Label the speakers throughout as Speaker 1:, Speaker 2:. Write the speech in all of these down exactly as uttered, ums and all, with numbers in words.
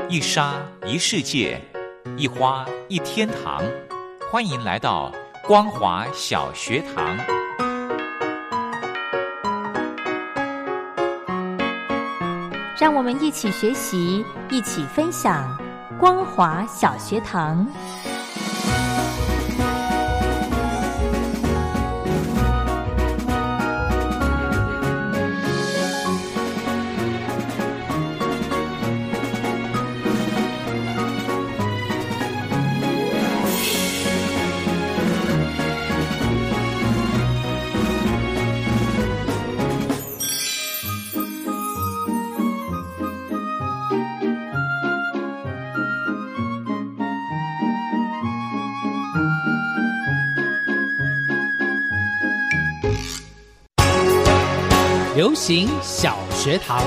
Speaker 1: 一沙一世界，一花一天堂。欢迎来到光华小学堂。
Speaker 2: 让我们一起学习，一起分享光华小学堂。
Speaker 3: 流行小学堂。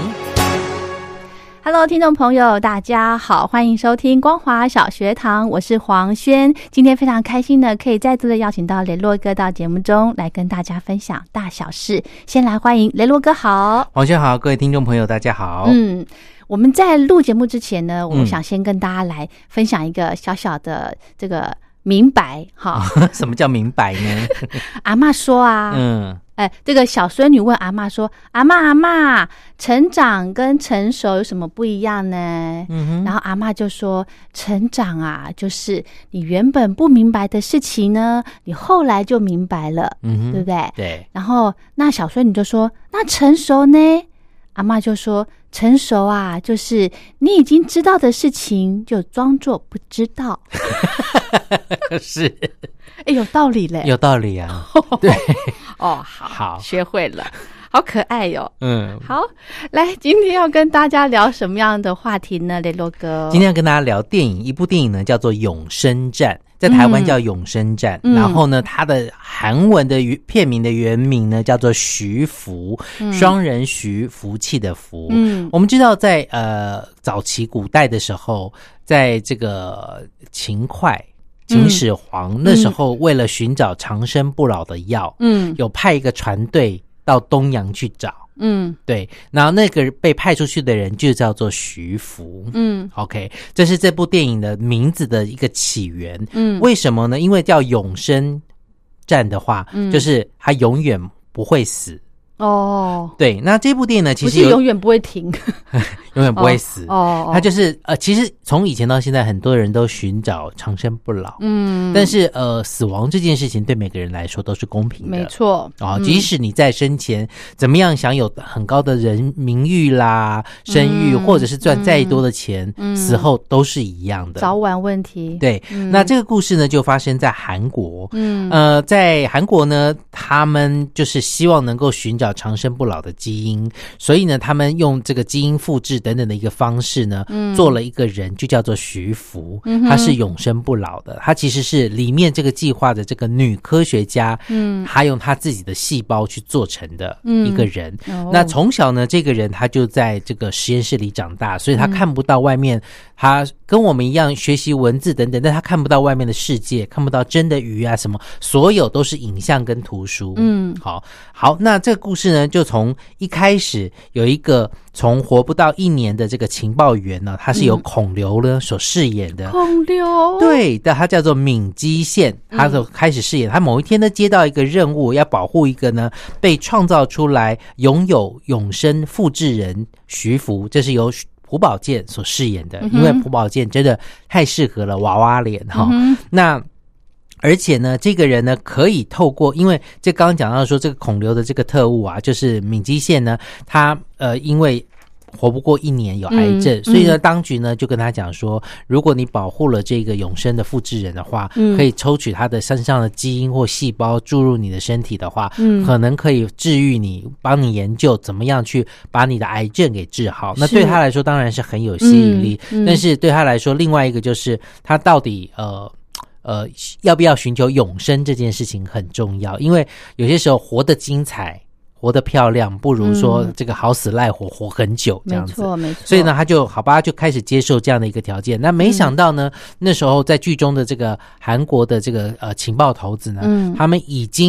Speaker 4: Hello， 听众朋友，大家好，欢迎收听光华小学堂，我是黄轩。今天非常开心的可以再度的邀请到雷洛哥到节目中来跟大家分享大小事。先来欢迎雷洛哥好。
Speaker 5: 黄轩好，各位听众朋友大家好。
Speaker 4: 嗯，我们在录节目之前呢，我想先跟大家来分享一个小小的这个明白哈。
Speaker 5: 什么叫明白呢？
Speaker 4: 阿嬷说啊，嗯。哎，这个小孙女问阿嬷说：“阿嬷阿嬷，成长跟成熟有什么不一样呢？”嗯哼，然后阿嬷就说：“成长啊，就是你原本不明白的事情呢，你后来就明白了，嗯哼，对不对？
Speaker 5: 对。
Speaker 4: 然后那小孙女就说：‘那成熟呢？’阿嬷就说：‘成熟啊，就是你已经知道的事情，就装作不知道。’
Speaker 5: 是，
Speaker 4: 哎，有道理嘞，
Speaker 5: 有道理啊。对。”
Speaker 4: 哦，好，
Speaker 5: 好，
Speaker 4: 学会了，好可爱哟、哦。
Speaker 5: 嗯，
Speaker 4: 好，来，今天要跟大家聊什么样的话题呢？雷洛哥，
Speaker 5: 今天要跟大家聊电影，一部电影呢叫做《永生战》，在台湾叫《永生战》，嗯、然后呢，它的韩文的片名的原名呢叫做《徐福》，双人徐，福气的福。嗯，我们知道在呃早期古代的时候，在这个秦桧。秦始皇、嗯、那时候为了寻找长生不老的药，嗯，有派一个船队到东洋去找，嗯，对，然后那个被派出去的人就叫做徐福，嗯 ，OK， 这是这部电影的名字的一个起源，嗯，为什么呢？因为叫永生战的话，嗯，就是他永远不会死。哦，对，那这部电影呢，其实
Speaker 4: 不是永远不会停，
Speaker 5: 永远不会死。哦，它就是呃，其实从以前到现在，很多人都寻找长生不老。嗯，但是呃，死亡这件事情对每个人来说都是公平的，
Speaker 4: 没错。
Speaker 5: 哦，即使你在生前怎么样享有很高的人名誉啦、声誉，嗯、或者是赚再多的钱，嗯、死后都是一样的，
Speaker 4: 早晚问题。
Speaker 5: 对，嗯、那这个故事呢，就发生在韩国。嗯，呃，在韩国呢，他们就是希望能够寻找长生不老的基因，所以呢，他们用这个基因复制等等的一个方式呢，嗯、做了一个人，就叫做徐福，嗯、他是永生不老的。他其实是里面这个计划的这个女科学家，嗯，他用他自己的细胞去做成的一个人。嗯、那从小呢，这个人他就在这个实验室里长大，所以他看不到外面，嗯、他跟我们一样学习文字等等，但他看不到外面的世界，看不到真的鱼啊什么，所有都是影像跟图书。嗯，好，好，那这个故事呢，就从一开始有一个从活不到一年的这个情报员呢，他是由孔刘呢所饰演的。
Speaker 4: 孔刘，
Speaker 5: 对的，他叫做闵基宪，他就开始饰演。他某一天呢，接到一个任务，要保护一个呢被创造出来拥有永生复制人徐福，这是由朴宝剑所饰演的。嗯、因为朴宝剑真的太适合了娃娃脸哈。嗯、那而且呢，这个人呢可以透过，因为这刚刚讲到说这个孔刘的这个特务啊，就是闵基宪呢，他呃因为活不过一年有癌症，嗯、所以呢，当局呢就跟他讲说，如果你保护了这个永生的复制人的话，嗯、可以抽取他的身上的基因或细胞注入你的身体的话，嗯、可能可以治愈你，帮你研究怎么样去把你的癌症给治好。那对他来说当然是很有吸引力，嗯嗯、但是对他来说，另外一个就是他到底呃。呃，要不要寻求永生这件事情很重要，因为有些时候活得精彩、活得漂亮，不如说这个好死赖活、嗯、活很久这样子。
Speaker 4: 没错，没错。
Speaker 5: 所以呢，他就好吧，就开始接受这样的一个条件。那没想到呢，嗯、那时候在剧中的这个韩国的这个呃情报头子呢，嗯、他们已经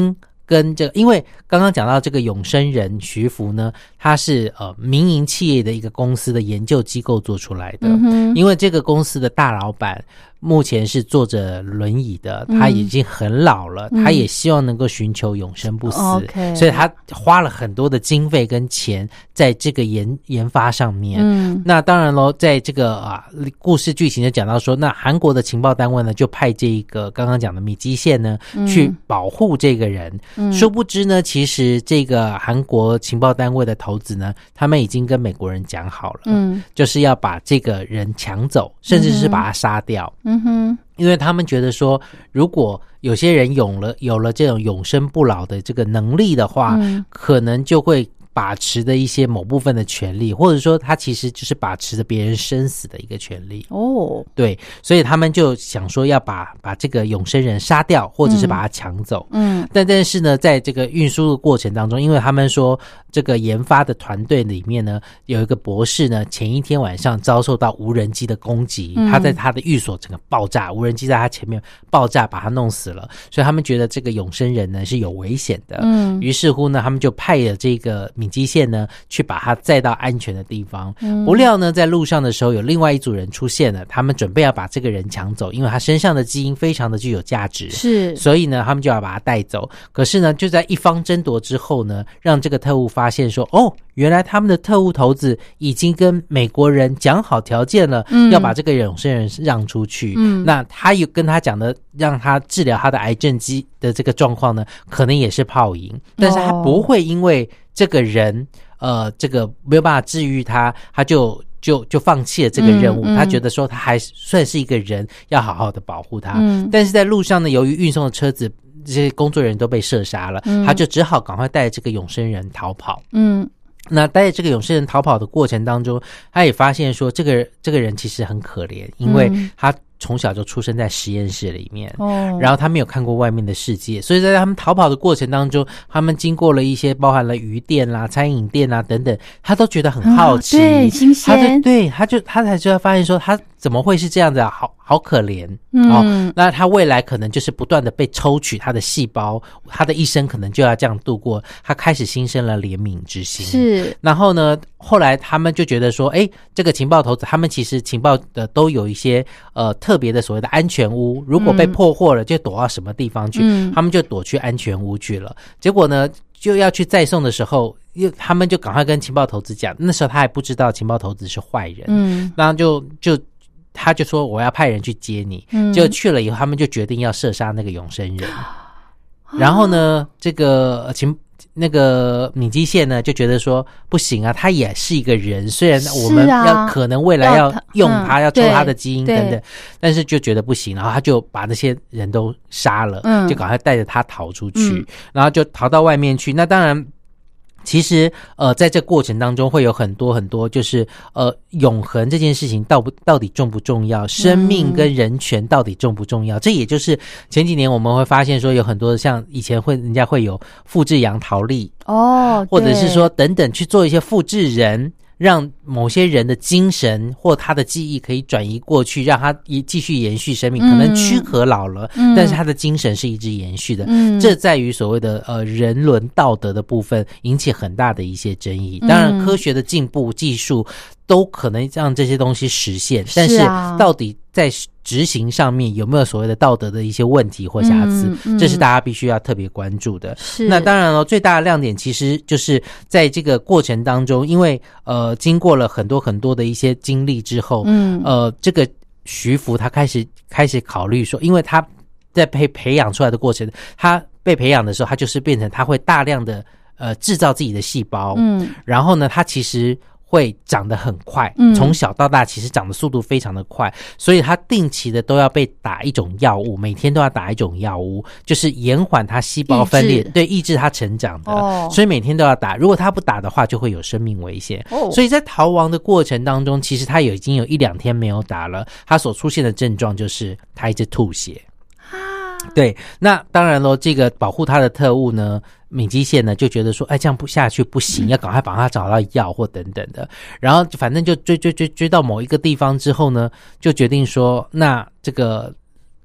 Speaker 5: 跟这个，因为刚刚讲到这个永生人徐福呢，他是呃民营企业的一个公司的研究机构做出来的，嗯、因为这个公司的大老板目前是坐着轮椅的，他已经很老了，嗯、他也希望能够寻求永生不死，嗯、所以他花了很多的经费跟钱在这个研研发上面。嗯，那当然咯，在这个啊故事剧情就讲到说，那韩国的情报单位呢就派这一个刚刚讲的米基线呢、嗯、去保护这个人。嗯、殊不知呢，其实这个韩国情报单位的头子呢，他们已经跟美国人讲好了，嗯，就是要把这个人抢走，甚至是把他杀掉。嗯哼，因为他们觉得说，如果有些人有了有了这种永生不老的这个能力的话，嗯、可能就会把持的一些某部分的权利，或者说他其实就是把持着别人生死的一个权利。哦，对，所以他们就想说要把把这个永生人杀掉，或者是把他抢走。嗯，但但是呢，在这个运输的过程当中，因为他们说这个研发的团队里面呢，有一个博士呢，前一天晚上遭受到无人机的攻击，嗯、他在他的寓所整个爆炸，无人机在他前面爆炸，把他弄死了。所以他们觉得这个永生人呢是有危险的。嗯，于是乎呢，他们就派了这个米基线呢去把他载到安全的地方。嗯、不料呢，在路上的时候有另外一组人出现了，他们准备要把这个人抢走，因为他身上的基因非常的具有价值，是，所以呢他们就要把他带走。可是呢，就在一方争夺之后呢，让这个特务发现说，哦，原来他们的特务头子已经跟美国人讲好条件了，嗯、要把这个永生人让出去。嗯，那他有跟他讲的让他治疗他的癌症机的这个状况呢，可能也是泡影，但是他不会因为这个人呃这个没有办法治愈他，他就就就放弃了这个任务。嗯嗯、他觉得说他还算是一个人，要好好的保护他。嗯、但是在路上呢，由于运送的车子这些工作人员都被射杀了，嗯、他就只好赶快带着这个永生人逃跑。嗯，那带着这个永生人逃跑的过程当中，他也发现说这个这个人其实很可怜，因为他从小就出生在实验室里面，哦，然后他没有看过外面的世界，所以在他们逃跑的过程当中，他们经过了一些包含了鱼店啦、餐饮店啦等等，他都觉得很好奇，嗯、
Speaker 4: 对，新鲜，
Speaker 5: 他就对，他就他才就要发现说他怎么会是这样子啊，好好可怜。嗯、哦，那他未来可能就是不断的被抽取他的细胞，他的一生可能就要这样度过。他开始心生了怜悯之心。是，然后呢，后来他们就觉得说，哎，这个情报头子，他们其实情报的都有一些呃特别的所谓的安全屋，如果被破获了，就躲到什么地方去？嗯、他们就躲去安全屋去了。结果呢，就要去再送的时候，又他们就赶快跟情报头子讲，那时候他还不知道情报头子是坏人，嗯，然后就就。他就说我要派人去接你，嗯、就去了以后，他们就决定要射杀那个永生人。哦、然后呢，这个情那个米基线呢就觉得说不行啊，他也是一个人，虽然我们要、啊、可能未来要用他，嗯、要抽他的基因等等，但是就觉得不行，然后他就把那些人都杀了，嗯、就赶快带着他逃出去，嗯、然后就逃到外面去。那当然。其实呃在这过程当中会有很多很多就是呃永恒这件事情到不到底重不重要，生命跟人权到底重不重要，嗯、这也就是前几年我们会发现说有很多像以前会人家会有复制羊逃利哦，或者是说等等去做一些复制人，让某些人的精神或他的记忆可以转移过去，让他继续延续生命，嗯、可能躯壳老了，嗯、但是他的精神是一直延续的。嗯、这在于所谓的呃人伦道德的部分引起很大的一些争议。当然，科学的进步、技术都可能让这些东西实现，但是到底在执行上面有没有所谓的道德的一些问题或瑕疵，嗯嗯、这是大家必须要特别关注的。是，那当然了，最大的亮点其实就是在这个过程当中，因为呃经过了很多很多的一些经历之后，嗯，呃这个徐福他开始开始考虑说，因为他在培培养出来的过程，他被培养的时候，他就是变成他会大量的呃制造自己的细胞，嗯，然后呢，他其实会长得很快，从小到大其实长的速度非常的快，所以他定期的都要被打一种药物，每天都要打一种药物，就是延缓他细胞分裂，对，抑制他成长的，哦、所以每天都要打，如果他不打的话就会有生命危险，哦、所以在逃亡的过程当中，其实他有已经有一两天没有打了，他所出现的症状就是他一直吐血。对，那当然咯，这个保护他的特务呢，米基线呢就觉得说，哎，这样不下去不行，要赶快帮他找到药或等等的，然后反正就追追追追到某一个地方之后呢，就决定说，那这个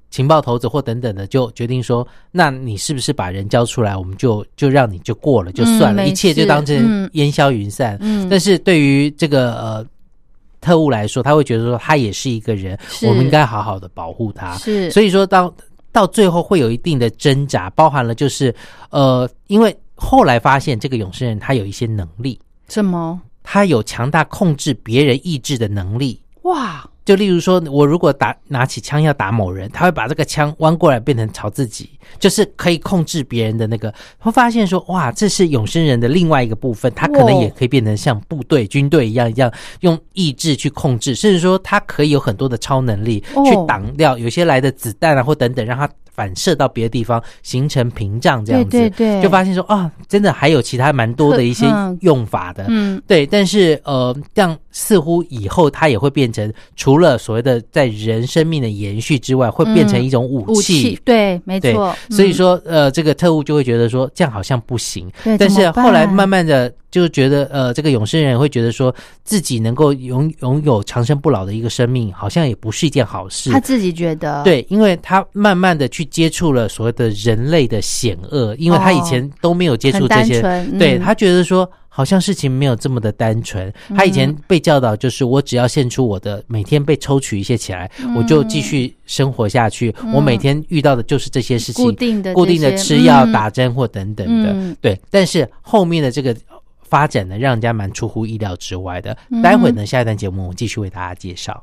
Speaker 5: 情报头子或等等的就决定说，那你是不是把人交出来，我们就就让你就过了就算了，嗯、一切就当成烟消云散。嗯，但是对于这个呃特务来说，他会觉得说他也是一个人，我们应该好好的保护他。是，所以说当到最后会有一定的挣扎，包含了就是呃，因为后来发现这个永生人他有一些能力。
Speaker 4: 什么？
Speaker 5: 他有强大控制别人意志的能力。
Speaker 4: 哇！
Speaker 5: 就例如说，我如果打拿起枪要打某人，他会把这个枪弯过来变成朝自己，就是可以控制别人的那个。会发现说，哇，这是永生人的另外一个部分，他可能也可以变成像部队、军队一样一样，用意志去控制，甚至说他可以有很多的超能力去挡掉有些来的子弹啊或等等，让他反射到别的地方，形成屏障这样子。对对对，就发现说啊，真的还有其他蛮多的一些用法的。嗯，对，但是呃，这样似乎以后它也会变成除了所谓的在人生命的延续之外，会变成一种武器。嗯、武器
Speaker 4: 对，没错。
Speaker 5: 所以说，呃，这个特务就会觉得说这样好像不行。对，但是后来慢慢的就觉得，呃，这个永生人会觉得说自己能够拥拥有长生不老的一个生命，好像也不是一件好事。
Speaker 4: 他自己觉得，
Speaker 5: 对，因为他慢慢的去接触了所谓的人类的险恶，因为他以前都没有接触这些，
Speaker 4: 哦嗯、
Speaker 5: 对，他觉得说好像事情没有这么的单纯。他以前被教导就是我只要献出我的每天被抽取一些起来，嗯、我就继续生活下去。嗯、我每天遇到的就是这些事情，
Speaker 4: 固定的
Speaker 5: 固定的吃药、嗯、打针或等等的，嗯、对。但是后面的这个发展呢，让人家蛮出乎意料之外的。嗯、待会呢，下一段节目我继续为大家介绍。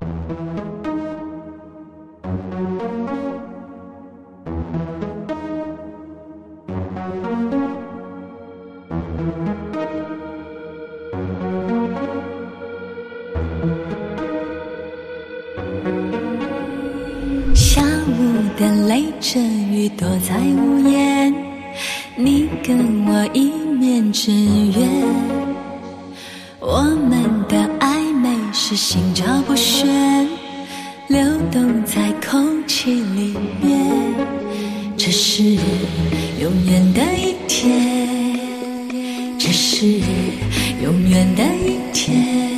Speaker 6: 下午的雷阵雨躲在屋檐，你跟我一面之缘，我们的暧昧是心照不宣，流动在空气里面。这是永远的一天，这是永远的一天。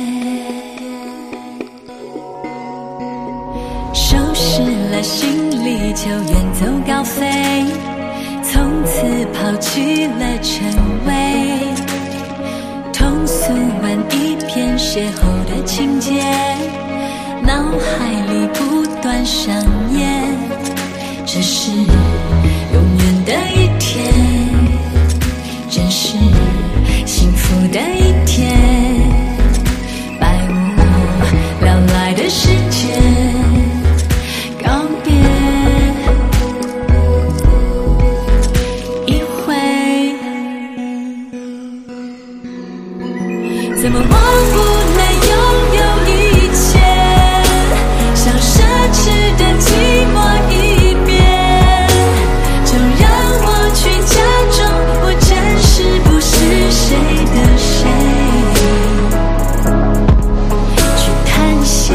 Speaker 6: 收拾了行李就远走高飞，从此抛弃了称谓，通俗完一篇邂逅的情节，脑海里不断上演。这是永远的一天，真是幸福的一天。百无聊赖的时间，告别一回，怎么模糊了拥有一切，像奢侈的寂寞一遍，就让我去假装我真是不是谁的谁，去探险。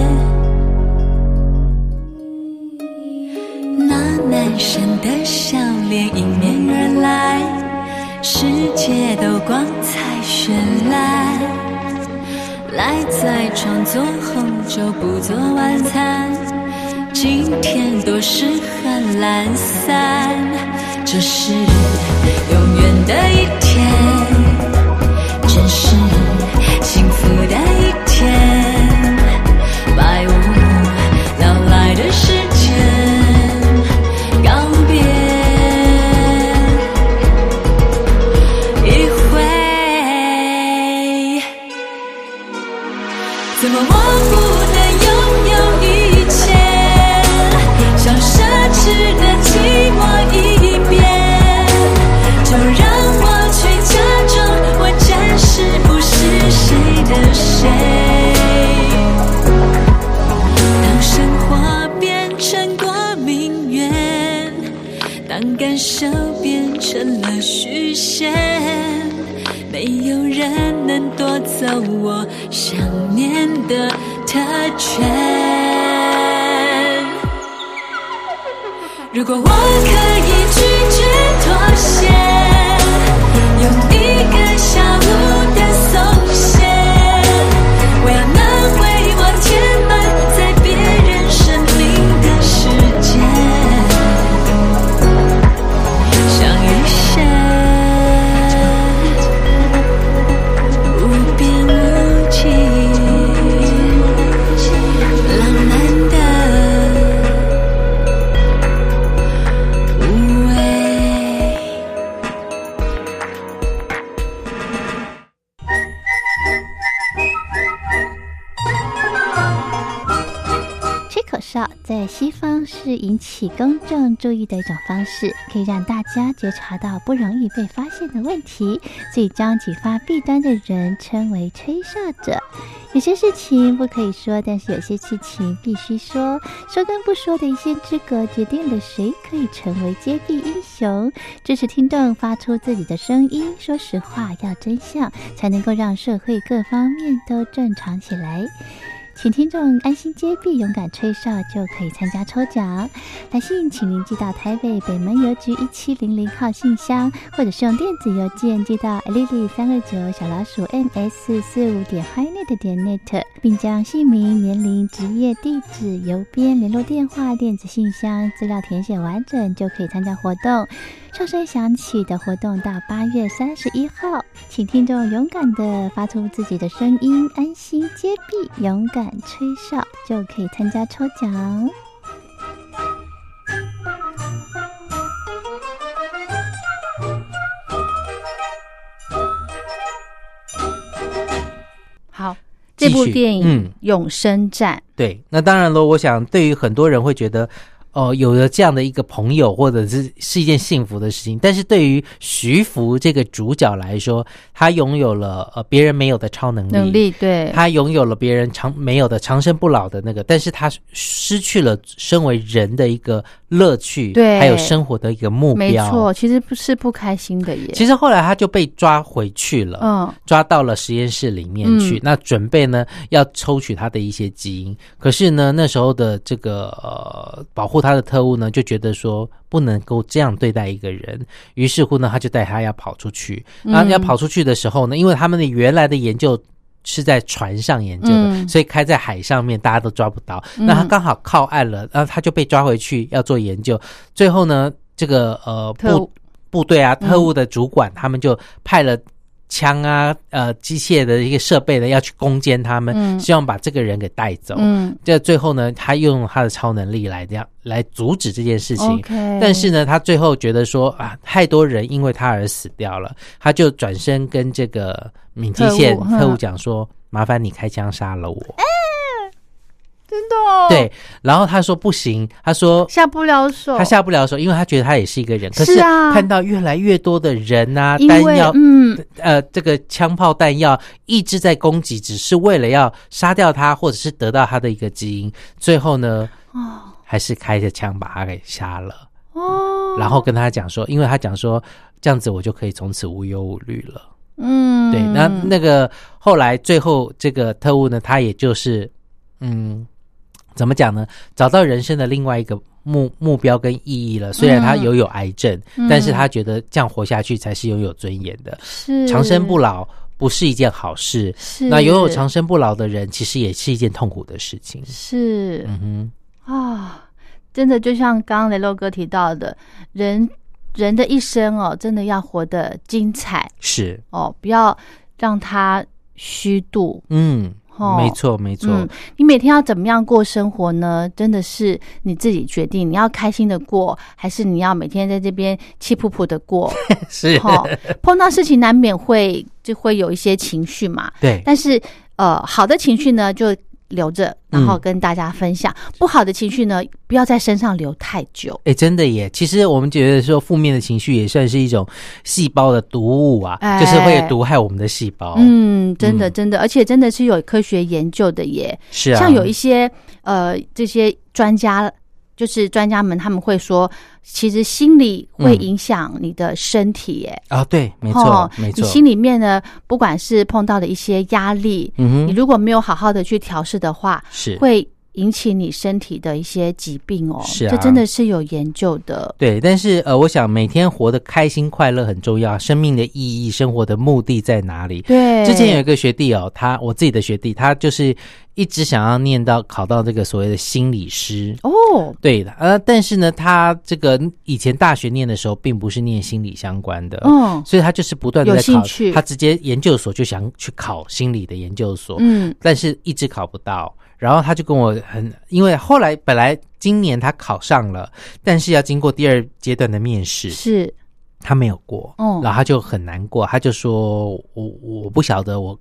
Speaker 6: 那男生的笑脸迎面而来，世界都光彩绚烂，赖在床做红酒不做晚餐，今天多适合懒散。这是永远的一天，真是幸福的一天。百无聊赖的时间，告别一回，怎么模糊的拥有一切，像奢侈的寂寞一遍，就让我去假装我真是不是谁的谁。当生活变成过命缘，当感受变成了虚线，没有人能夺走我想念的特权。如果我可以拒绝妥协，用一个下午的松懈，我要能为我填满在别人生命的时间。
Speaker 4: 少在西方是引起公众注意的一种方式，可以让大家觉察到不容易被发现的问题，所以将启发弊端的人称为吹哨者。有些事情不可以说，但是有些事情必须说，说跟不说的一线之隔，决定了谁可以成为揭弊英雄。支持听众发出自己的声音，说实话，要真相，才能够让社会各方面都正常起来。请听众安心接币，勇敢吹哨就可以参加抽奖。来信请您寄到台北北门邮局一七零零号信箱，或者是用电子邮件寄到 lily 三二九小老鼠 ms 四五点 highnet 点 net， 并将姓名、年龄、职业、地址、邮编、联络电话、电子信箱资料填写完整，就可以参加活动。哨声响起的活动到八月三十一号，请听众勇敢地发出自己的声音，安心接币，勇敢吹哨，就可以参加抽奖。好，这部电影《嗯、永生战》，
Speaker 5: 对，那当然了，我想对于很多人会觉得哦，有了这样的一个朋友，或者是是一件幸福的事情。但是对于徐福这个主角来说，他拥有了呃别人没有的超能力，
Speaker 4: 能力对，
Speaker 5: 他拥有了别人长没有的长生不老的那个，但是他失去了身为人的一个乐趣，
Speaker 4: 对，
Speaker 5: 还有生活的一个目标。
Speaker 4: 没错，其实不是不开心的耶。
Speaker 5: 其实后来他就被抓回去了，嗯，抓到了实验室里面去，嗯、那准备呢要抽取他的一些基因。可是呢，那时候的这个呃保护他的特务呢就觉得说不能够这样对待一个人，于是乎呢他就带他要跑出去。然后要跑出去的时候呢，因为他们的原来的研究是在船上研究的，嗯、所以开在海上面大家都抓不到，嗯、那他刚好靠岸了，然后他就被抓回去要做研究。最后呢这个呃部部队啊特务的主管，嗯、他们就派了枪啊呃机械的一个设备呢要去攻坚他们，嗯、希望把这个人给带走。嗯，这最后呢他用他的超能力来这样来阻止这件事情。
Speaker 4: Okay.
Speaker 5: 但是呢他最后觉得说啊太多人因为他而死掉了，他就转身跟这个闽基线特务讲说，麻烦你开枪杀了我。欸
Speaker 4: 真的哦？
Speaker 5: 对，然后他说不行，他说
Speaker 4: 下不了手，
Speaker 5: 他下不了手，因为他觉得他也是一个人。可
Speaker 4: 是
Speaker 5: 看到越来越多的人啊，弹药，嗯，呃，这个枪炮弹药一直在攻击，只是为了要杀掉他，或者是得到他的一个基因。最后呢，哦，还是开着枪把他给杀了。哦，然后跟他讲说，因为他讲说这样子我就可以从此无忧无虑了。嗯，对，那那个后来最后这个特务呢，他也就是嗯。怎么讲呢？找到人生的另外一个目目标跟意义了。虽然他拥有癌症，嗯、但是他觉得这样活下去才是拥有尊严的。
Speaker 4: 是
Speaker 5: 长生不老不是一件好事。
Speaker 4: 是
Speaker 5: 那拥有长生不老的人，其实也是一件痛苦的事情。
Speaker 4: 是
Speaker 5: 嗯
Speaker 4: 哼啊，真的就像刚刚雷洛哥提到的，人人的一生哦，真的要活得精彩。
Speaker 5: 是
Speaker 4: 哦，不要让他虚度。
Speaker 5: 嗯。哦、没错没错、嗯、
Speaker 4: 你每天要怎么样过生活呢？真的是你自己决定，你要开心的过，还是你要每天在这边气噗噗的过？
Speaker 5: 是、
Speaker 4: 哦、碰到事情难免会就会有一些情绪嘛。
Speaker 5: 对，
Speaker 4: 但是呃，好的情绪呢就留着，然后跟大家分享、嗯、不好的情绪呢不要在身上留太久。
Speaker 5: 哎，真的耶，其实我们觉得说负面的情绪也算是一种细胞的毒物啊、哎、就是会毒害我们的细胞。
Speaker 4: 嗯，真的真的、嗯、而且真的是有科学研究的耶。
Speaker 5: 是啊，
Speaker 4: 像有一些呃这些专家就是专家们他们会说，其实心理会影响你的身体耶。
Speaker 5: 啊、嗯哦，对，没错、哦、没错。
Speaker 4: 你心里面呢，不管是碰到的一些压力，嗯哼，你如果没有好好的去调试的话，
Speaker 5: 是会
Speaker 4: 引起你身体的一些疾病哦。
Speaker 5: 是啊，
Speaker 4: 这真的是有研究的。
Speaker 5: 对，但是呃，我想每天活得开心快乐很重要，生命的意义、生活的目的在哪里？
Speaker 4: 对，
Speaker 5: 之前有一个学弟哦，他我自己的学弟，他就是一直想要念到考到这个所谓的心理师
Speaker 4: 哦，
Speaker 5: 对的，呃，但是呢，他这个以前大学念的时候，并不是念心理相关的，嗯，所以他就是不断的在考，他直接研究所就想去考心理的研究所，嗯，但是一直考不到，然后他就跟我很，因为后来本来今年他考上了，但是要经过第二阶段的面试，
Speaker 4: 是他
Speaker 5: 没有过，哦，然后他就很难过，他就说我我不晓得我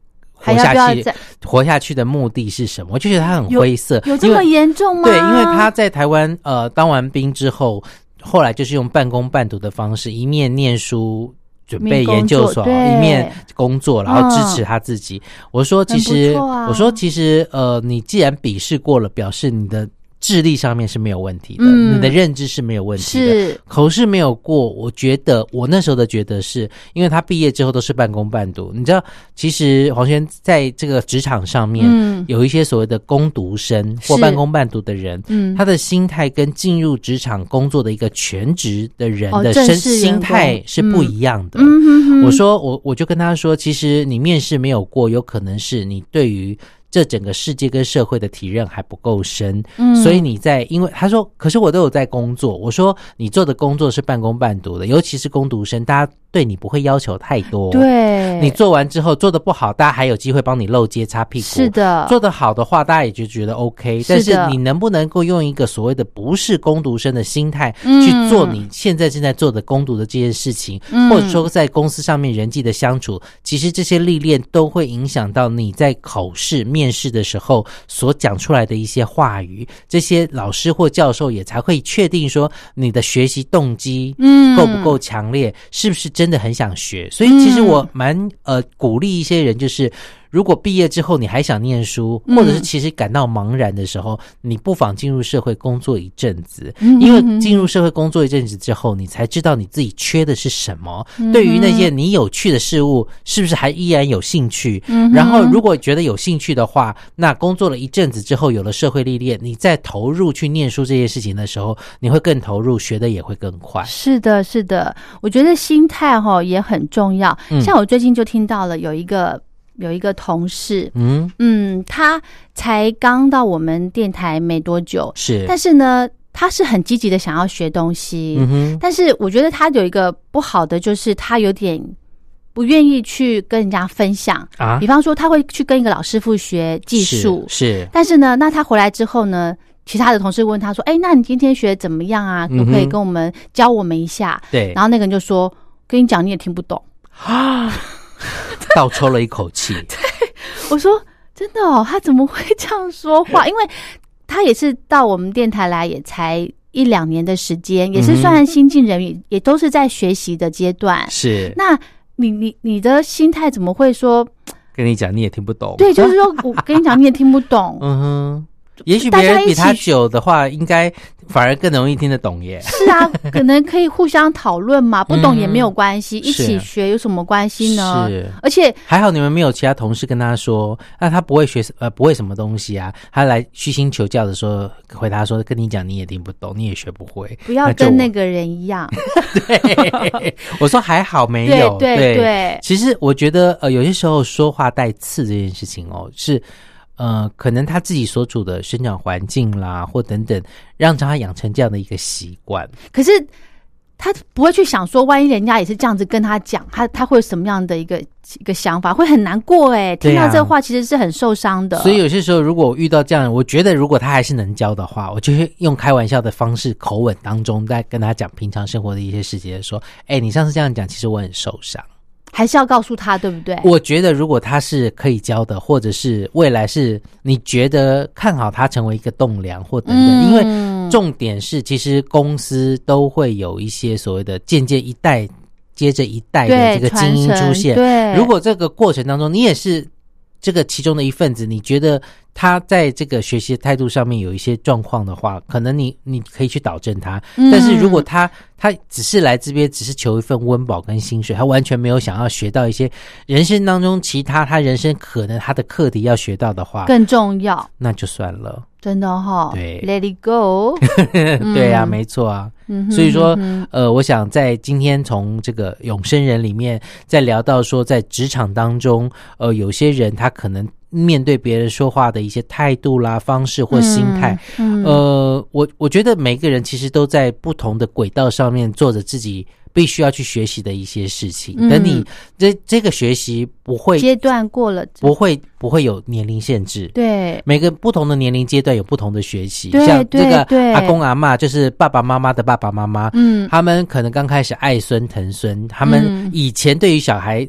Speaker 5: 活下去，活下去的目的是什么？我就觉得他很灰色。
Speaker 4: 有, 有这么严重吗？
Speaker 5: 对，因为他在台湾呃当完兵之后，后来就是用半工半读的方式，一面念书准备研究所，一面工作，然后支持他自己。嗯、我说其实、啊、我说其实呃你既然笔试过了，表示你的智力上面是没有问题的、嗯、你的认知是没有问题的，
Speaker 4: 是
Speaker 5: 口试没有过。我觉得我那时候的觉得是因为他毕业之后都是半工半读。你知道其实黄轩在这个职场上面、嗯、有一些所谓的工读生或半工半读的人、嗯、他的心态跟进入职场工作的一个全职的人的身、哦、心态是不一样的、嗯嗯、我说我我就跟他说，其实你面试没有过，有可能是你对于这整个世界跟社会的体认还不够深、嗯、所以你在因为他说可是我都有在工作，我说你做的工作是半工半读的，尤其是工读生，大家对你不会要求太多，
Speaker 4: 对，
Speaker 5: 你做完之后做得不好，大家还有机会帮你漏接擦屁股，
Speaker 4: 是的，
Speaker 5: 做得好的话大家也就觉得 OK， 但是你能不能够用一个所谓的不是工读生的心态、嗯、去做你现在正在做的工读的这件事情、嗯、或者说在公司上面人际的相处，其实这些历练都会影响到你在口试面试的时候所讲出来的一些话语，这些老师或教授也才会确定说你的学习动机够不够强烈、嗯、是不是真的很想学。所以其实我蛮呃鼓励一些人，就是如果毕业之后你还想念书，或者是其实感到茫然的时候、嗯、你不妨进入社会工作一阵子、嗯、因为进入社会工作一阵子之后，你才知道你自己缺的是什么、嗯、对于那些你有趣的事物是不是还依然有兴趣、嗯、然后如果觉得有兴趣的话，那工作了一阵子之后有了社会历练，你再投入去念书这些事情的时候，你会更投入，学的也会更快。
Speaker 4: 是的是的，我觉得心态齁也很重要、嗯、像我最近就听到了有一个有一个同事，嗯嗯，他才刚到我们电台没多久，
Speaker 5: 是，
Speaker 4: 但是呢，他是很积极的想要学东西，嗯哼，但是我觉得他有一个不好的，就是他有点不愿意去跟人家分享啊。比方说，他会去跟一个老师傅学技术，
Speaker 5: 是，是，
Speaker 4: 但是呢，那他回来之后呢，其他的同事问他说：“哎，那你今天学怎么样啊？可不可以跟我们、嗯、教我们一下？”对，然后那个人就说：“跟你讲，你也听不懂
Speaker 5: 啊。”倒抽了一口气。
Speaker 4: 对，我说真的哦，他怎么会这样说话？因为他也是到我们电台来也才一两年的时间，也是算新进人员、嗯、也都是在学习的阶段。
Speaker 5: 是，
Speaker 4: 那你你你的心态怎么会说
Speaker 5: 跟你讲你也听不懂？
Speaker 4: 对，就是说我跟你讲你也听不懂。
Speaker 5: 嗯哼，也许别人比他久的话，应该反而更容易听得懂耶。
Speaker 4: 是啊，可能可以互相讨论嘛，不懂也没有关系、嗯、一起学有什么关系呢？是，而且
Speaker 5: 还好你们没有其他同事跟他说，那他不会学呃不会什么东西啊，他来虚心求教的时候回答说，跟你讲你也听不懂，你也学不会，
Speaker 4: 不要跟那个人一样。
Speaker 5: 对，我说还好没有。
Speaker 4: 对对 对, 对，
Speaker 5: 其实我觉得呃有些时候说话带刺这件事情哦是。呃，可能他自己所处的生长环境啦，或等等，让他养成这样的一个习惯。
Speaker 4: 可是他不会去想说，万一人家也是这样子跟他讲，他他会有什么样的一个一个想法，会很难过哎。听到这个话，其实是很受伤的。
Speaker 5: 所以有些时候，如果我遇到这样，我觉得如果他还是能教的话，我就会用开玩笑的方式，口吻当中在跟他讲平常生活的一些事情，说：“哎，你上次这样讲，其实我很受伤。”
Speaker 4: 还是要告诉他，对不对？
Speaker 5: 我觉得如果他是可以教的，或者是未来是你觉得看好他成为一个栋梁或等等、嗯、因为重点是其实公司都会有一些所谓的渐渐一代接着一代的这个精英出现。
Speaker 4: 对，
Speaker 5: 如果这个过程当中你也是这个其中的一份子，你觉得他在这个学习的态度上面有一些状况的话，可能你你可以去导正他、嗯、但是如果他他只是来这边只是求一份温饱跟薪水，他完全没有想要学到一些人生当中其他他人生可能他的课题要学到的话
Speaker 4: 更重要，
Speaker 5: 那就算了，
Speaker 4: 真的齁。
Speaker 5: 对
Speaker 4: Let it go
Speaker 5: 对啊、嗯、没错啊、嗯、所以说、嗯、呃，我想在今天从这个永生人里面再聊到说在职场当中呃，有些人他可能面对别人说话的一些态度啦、方式或心态、嗯嗯、呃，我我觉得每个人其实都在不同的轨道上面做着自己必须要去学习的一些事情、嗯、等你这这个学习不会
Speaker 4: 阶段过了，
Speaker 5: 不会不会有年龄限制，
Speaker 4: 对，
Speaker 5: 每个不同的年龄阶段有不同的学习，像这个阿公阿嬷就是爸爸妈妈的爸爸妈妈，嗯，他们可能刚开始爱孙疼孙，他们以前对于小孩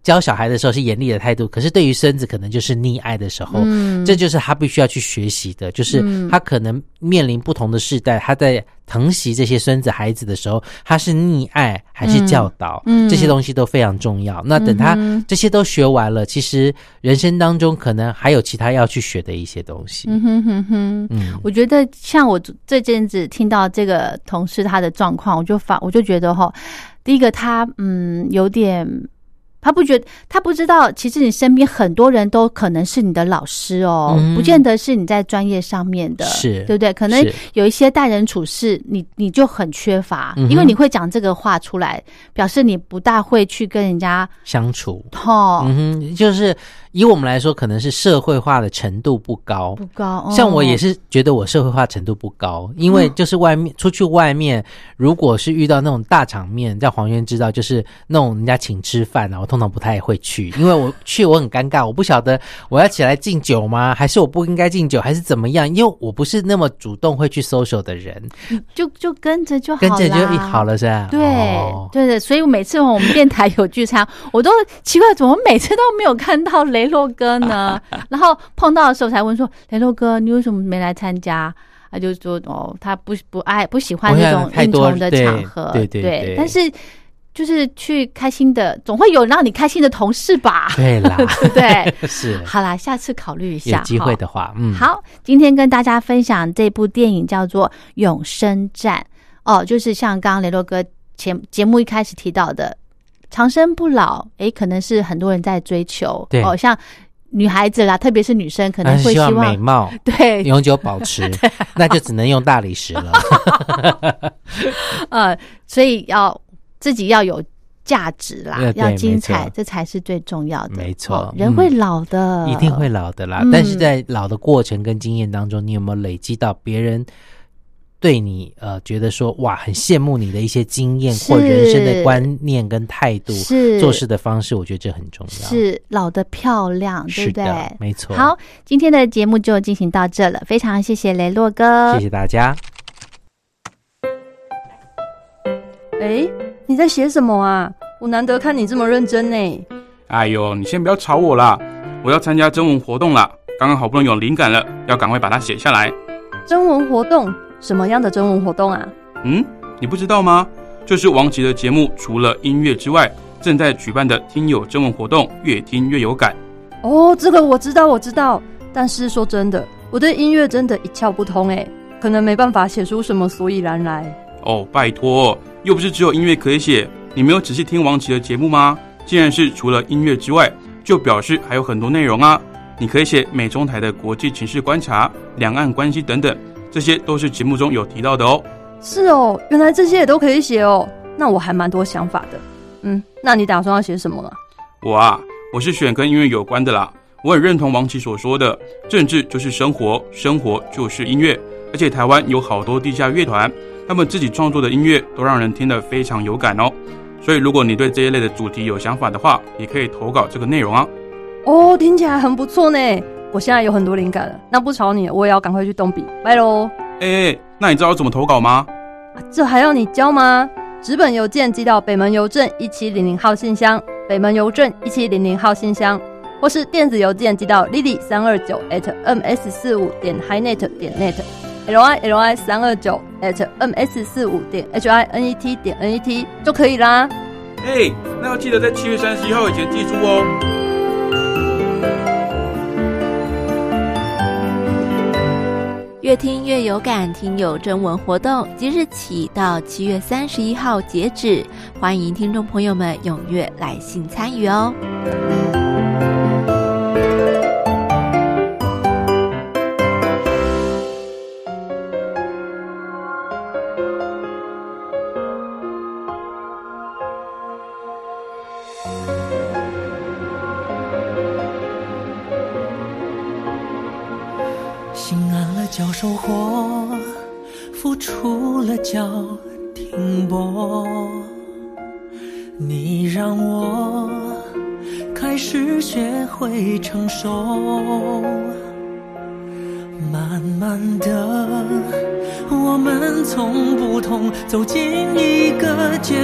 Speaker 5: 教小孩的时候是严厉的态度，可是对于孙子可能就是溺爱的时候，嗯，这就是他必须要去学习的，就是他可能面临不同的世代，他在疼惜这些孙子孩子的时候，他是溺爱还是教导，嗯，这些东西都非常重要。那等他这些都学完了，其实人生当中可能还有其他要去学的一些东西。
Speaker 4: 嗯哼哼哼，嗯，我觉得像我这阵子听到这个同事他的状况，我就发我就觉得哈，第一个他嗯有点。他不觉得，他不知道，其实你身边很多人都可能是你的老师哦，嗯、不见得是你在专业上面的，
Speaker 5: 是，
Speaker 4: 对不对？可能有一些待人处事，你你就很缺乏，嗯、因为你会讲这个话出来，表示你不大会去跟人家
Speaker 5: 相处。
Speaker 4: 哦，
Speaker 5: 嗯哼，就是以我们来说，可能是社会化的程度不高，
Speaker 4: 不高。哦、
Speaker 5: 像我也是觉得我社会化程度不高，因为就是外面、嗯、出去外面，如果是遇到那种大场面，让黄渊知道，就是那种人家请吃饭啊，我通常不太会去，因为我去我很尴尬，我不晓得我要起来敬酒吗？还是我不应该敬酒，还是怎么样？因为我不是那么主动会去 social 的人，
Speaker 4: 就就跟着就好了，
Speaker 5: 跟着就好了是吧？
Speaker 4: 对、
Speaker 5: 哦、
Speaker 4: 对的，所以我每次我们电台有聚餐，我都奇怪，怎么每次都没有看到雷洛哥呢？然后碰到的时候才问说，雷洛哥，你为什么没来参加？他就说哦，他不不爱不喜欢那种应酬的场合，
Speaker 5: 对对 对, 对，
Speaker 4: 但是。就是去开心的，总会有让你开心的同事吧？
Speaker 5: 对啦，
Speaker 4: 对不对？
Speaker 5: 是。
Speaker 4: 好啦，下次考虑一下，
Speaker 5: 有机会的话，嗯。
Speaker 4: 好，今天跟大家分享这部电影叫做《永生战》哦，就是像刚刚雷洛哥前节目一开始提到的，长生不老，诶，可能是很多人在追求，
Speaker 5: 对
Speaker 4: 哦，像。女孩子啦，特别是女生，可能会希望、
Speaker 5: 啊、希望美貌
Speaker 4: 对
Speaker 5: 永久保持，那就只能用大理石了。
Speaker 4: 呃，所以要自己要有价值啦，要精彩，这才是最重要的。
Speaker 5: 没错、哦，
Speaker 4: 人会老的、
Speaker 5: 嗯，一定会老的啦。嗯、但是在老的过程跟经验当中，你有没有累积到别人？对你呃，觉得说哇，很羡慕你的一些经验或人生的观念跟态度，
Speaker 4: 是
Speaker 5: 做事的方式，我觉得这很重要。
Speaker 4: 是老得漂亮，对不对？
Speaker 5: 是的，没错。
Speaker 4: 好，今天的节目就进行到这了，非常谢谢雷洛哥，
Speaker 5: 谢谢大家。
Speaker 7: 哎，你在写什么啊？我难得看你这么认真呢。
Speaker 8: 哎呦，你先不要吵我啦，我要参加征文活动啦，刚刚好不容易有灵感了，要赶快把它写下来。
Speaker 7: 征文活动？什么样的征文活动啊？
Speaker 8: 嗯，你不知道吗？就是王琦的节目除了音乐之外，正在举办的听友征文活动，越听越有感。
Speaker 7: 哦，这个我知道我知道，但是说真的，我对音乐真的一窍不通耶，可能没办法写出什么所以然来。
Speaker 8: 哦，拜托，又不是只有音乐可以写，你没有仔细听王琦的节目吗？既然是除了音乐之外，就表示还有很多内容啊。你可以写美中台的国际情势观察、两岸关系等等，这些都是节目中有提到的哦。
Speaker 7: 是哦，原来这些也都可以写哦，那我还蛮多想法的。嗯，那你打算要写什么啊？
Speaker 8: 我啊，我是选跟音乐有关的啦。我很认同王琦所说的，政治就是生活，生活就是音乐。而且台湾有好多地下乐团，他们自己创作的音乐都让人听得非常有感哦。所以如果你对这一类的主题有想法的话，也可以投稿这个内容啊。
Speaker 7: 哦，听起来很不错呢。我现在有很多灵感了，那不吵你，我也要赶快去动笔，拜喽。
Speaker 8: 哎、欸，那你知道怎么投稿吗？
Speaker 7: 啊、这还要你教吗？纸本邮件寄到北门邮政一七零零号信箱，北门邮政一七零零号信箱，或是电子邮件寄到 lily 三二九 at m s 四五点 highnet 点 net l i l i 三二九 at m s 四五点 h i n e t 点 n e t 就可以啦。
Speaker 8: 哎、欸，那要记得在七月三十一号以前寄出哦。
Speaker 9: 越听越有感听友征文活动即日起到七月三十一号截止，欢迎听众朋友们踊跃来信参与哦。
Speaker 10: 心安了叫收获，付出了叫停泊。你让我开始学会成熟，慢慢的我们从不同走进一个结